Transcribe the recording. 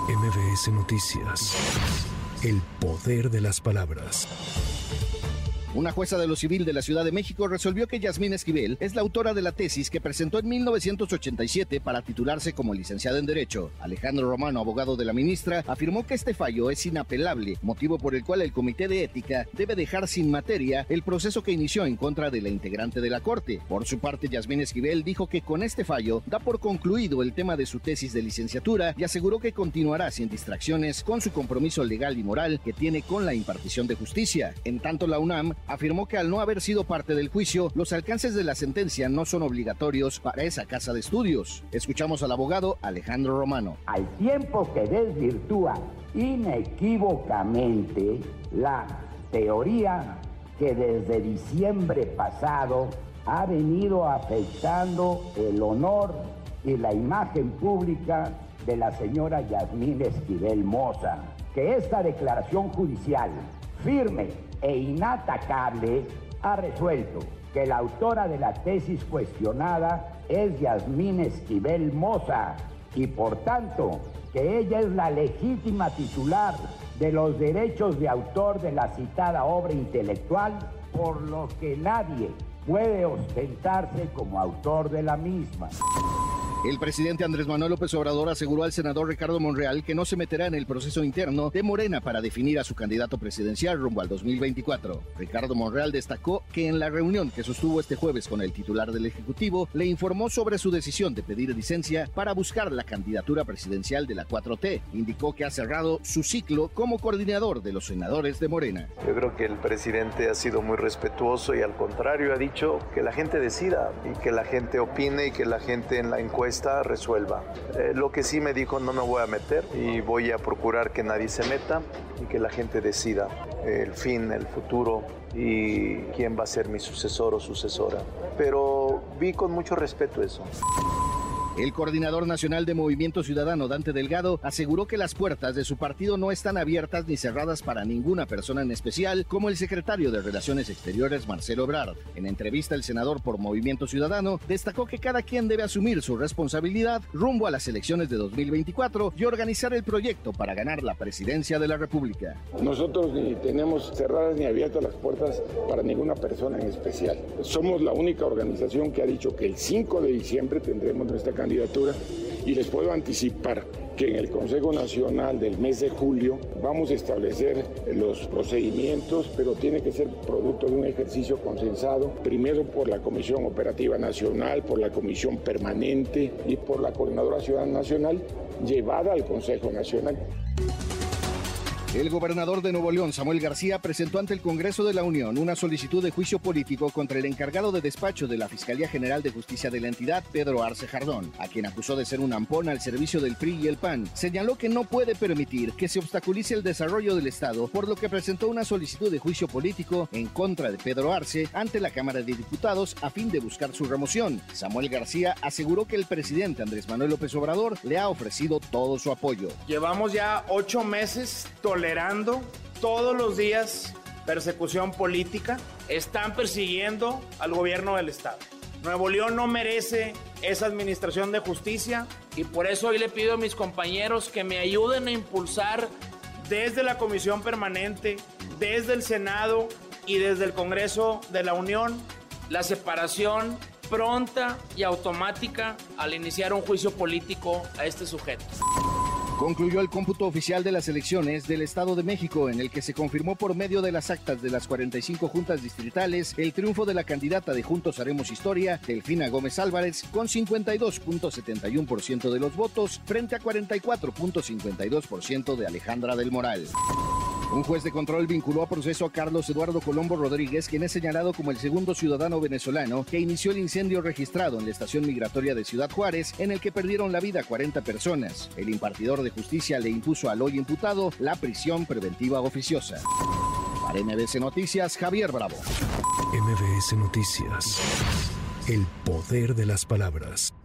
MBS Noticias. El poder de las palabras. Una jueza de lo civil de la Ciudad de México resolvió que Yasmín Esquivel es la autora de la tesis que presentó en 1987 para titularse como licenciada en Derecho. Alejandro Romano, abogado de la ministra, afirmó que este fallo es inapelable, motivo por el cual el Comité de Ética debe dejar sin materia el proceso que inició en contra de la integrante de la Corte. Por su parte, Yasmín Esquivel dijo que con este fallo da por concluido el tema de su tesis de licenciatura y aseguró que continuará sin distracciones con su compromiso legal y moral que tiene con la impartición de justicia. En tanto, la UNAM afirmó que al no haber sido parte del juicio, los alcances de la sentencia no son obligatorios para esa casa de estudios. Escuchamos al abogado Alejandro Romano. Al tiempo que desvirtúa inequívocamente la teoría que desde diciembre pasado ha venido afectando el honor y la imagen pública de la señora Yasmín Esquivel Moza, que esta declaración judicial firme e inatacable ha resuelto que la autora de la tesis cuestionada es Yasmín Esquivel Moza y por tanto que ella es la legítima titular de los derechos de autor de la citada obra intelectual, por lo que nadie puede ostentarse como autor de la misma. El presidente Andrés Manuel López Obrador aseguró al senador Ricardo Monreal que no se meterá en el proceso interno de Morena para definir a su candidato presidencial rumbo al 2024. Ricardo Monreal destacó que en la reunión que sostuvo este jueves con el titular del Ejecutivo, le informó sobre su decisión de pedir licencia para buscar la candidatura presidencial de la 4T. Indicó que ha cerrado su ciclo como coordinador de los senadores de Morena. Yo creo que el presidente ha sido muy respetuoso y al contrario ha dicho que la gente decida y que la gente opine y que la gente en la encuesta resuelva. Lo que sí me dijo, no me voy a meter y voy a procurar que nadie se meta y que la gente decida el fin, el futuro y quién va a ser mi sucesor o sucesora. Pero vi con mucho respeto eso. El coordinador nacional de Movimiento Ciudadano, Dante Delgado, aseguró que las puertas de su partido no están abiertas ni cerradas para ninguna persona en especial, como el secretario de Relaciones Exteriores, Marcelo Ebrard. En entrevista, el senador por Movimiento Ciudadano destacó que cada quien debe asumir su responsabilidad rumbo a las elecciones de 2024 y organizar el proyecto para ganar la presidencia de la República. Nosotros ni tenemos cerradas ni abiertas las puertas para ninguna persona en especial. Somos la única organización que ha dicho que el 5 de diciembre tendremos nuestra candidatura y les puedo anticipar que en el Consejo Nacional del mes de julio vamos a establecer los procedimientos, pero tiene que ser producto de un ejercicio consensado, primero por la Comisión Operativa Nacional, por la Comisión Permanente y por la Coordinadora Ciudadana Nacional, llevada al Consejo Nacional. El gobernador de Nuevo León, Samuel García, presentó ante el Congreso de la Unión una solicitud de juicio político contra el encargado de despacho de la Fiscalía General de Justicia de la entidad, Pedro Arce Jardón, a quien acusó de ser un ampón al servicio del PRI y el PAN. Señaló que no puede permitir que se obstaculice el desarrollo del Estado, por lo que presentó una solicitud de juicio político en contra de Pedro Arce ante la Cámara de Diputados a fin de buscar su remoción. Samuel García aseguró que el presidente Andrés Manuel López Obrador le ha ofrecido todo su apoyo. Llevamos ya 8 meses tolerando todos los días persecución política. Están persiguiendo al gobierno del Estado. Nuevo León no merece esa administración de justicia y por eso hoy le pido a mis compañeros que me ayuden a impulsar desde la Comisión Permanente, desde el Senado y desde el Congreso de la Unión la separación pronta y automática al iniciar un juicio político a este sujeto. Concluyó el cómputo oficial de las elecciones del Estado de México, en el que se confirmó por medio de las actas de las 45 juntas distritales el triunfo de la candidata de Juntos Haremos Historia, Delfina Gómez Álvarez, con 52.71% de los votos frente a 44.52% de Alejandra del Moral. Un juez de control vinculó a proceso a Carlos Eduardo Colombo Rodríguez, quien es señalado como el segundo ciudadano venezolano que inició el incendio registrado en la estación migratoria de Ciudad Juárez, en el que perdieron la vida 40 personas. El impartidor de justicia le impuso al hoy imputado la prisión preventiva oficiosa. Para MBS Noticias, Javier Bravo. MBS Noticias. El poder de las palabras.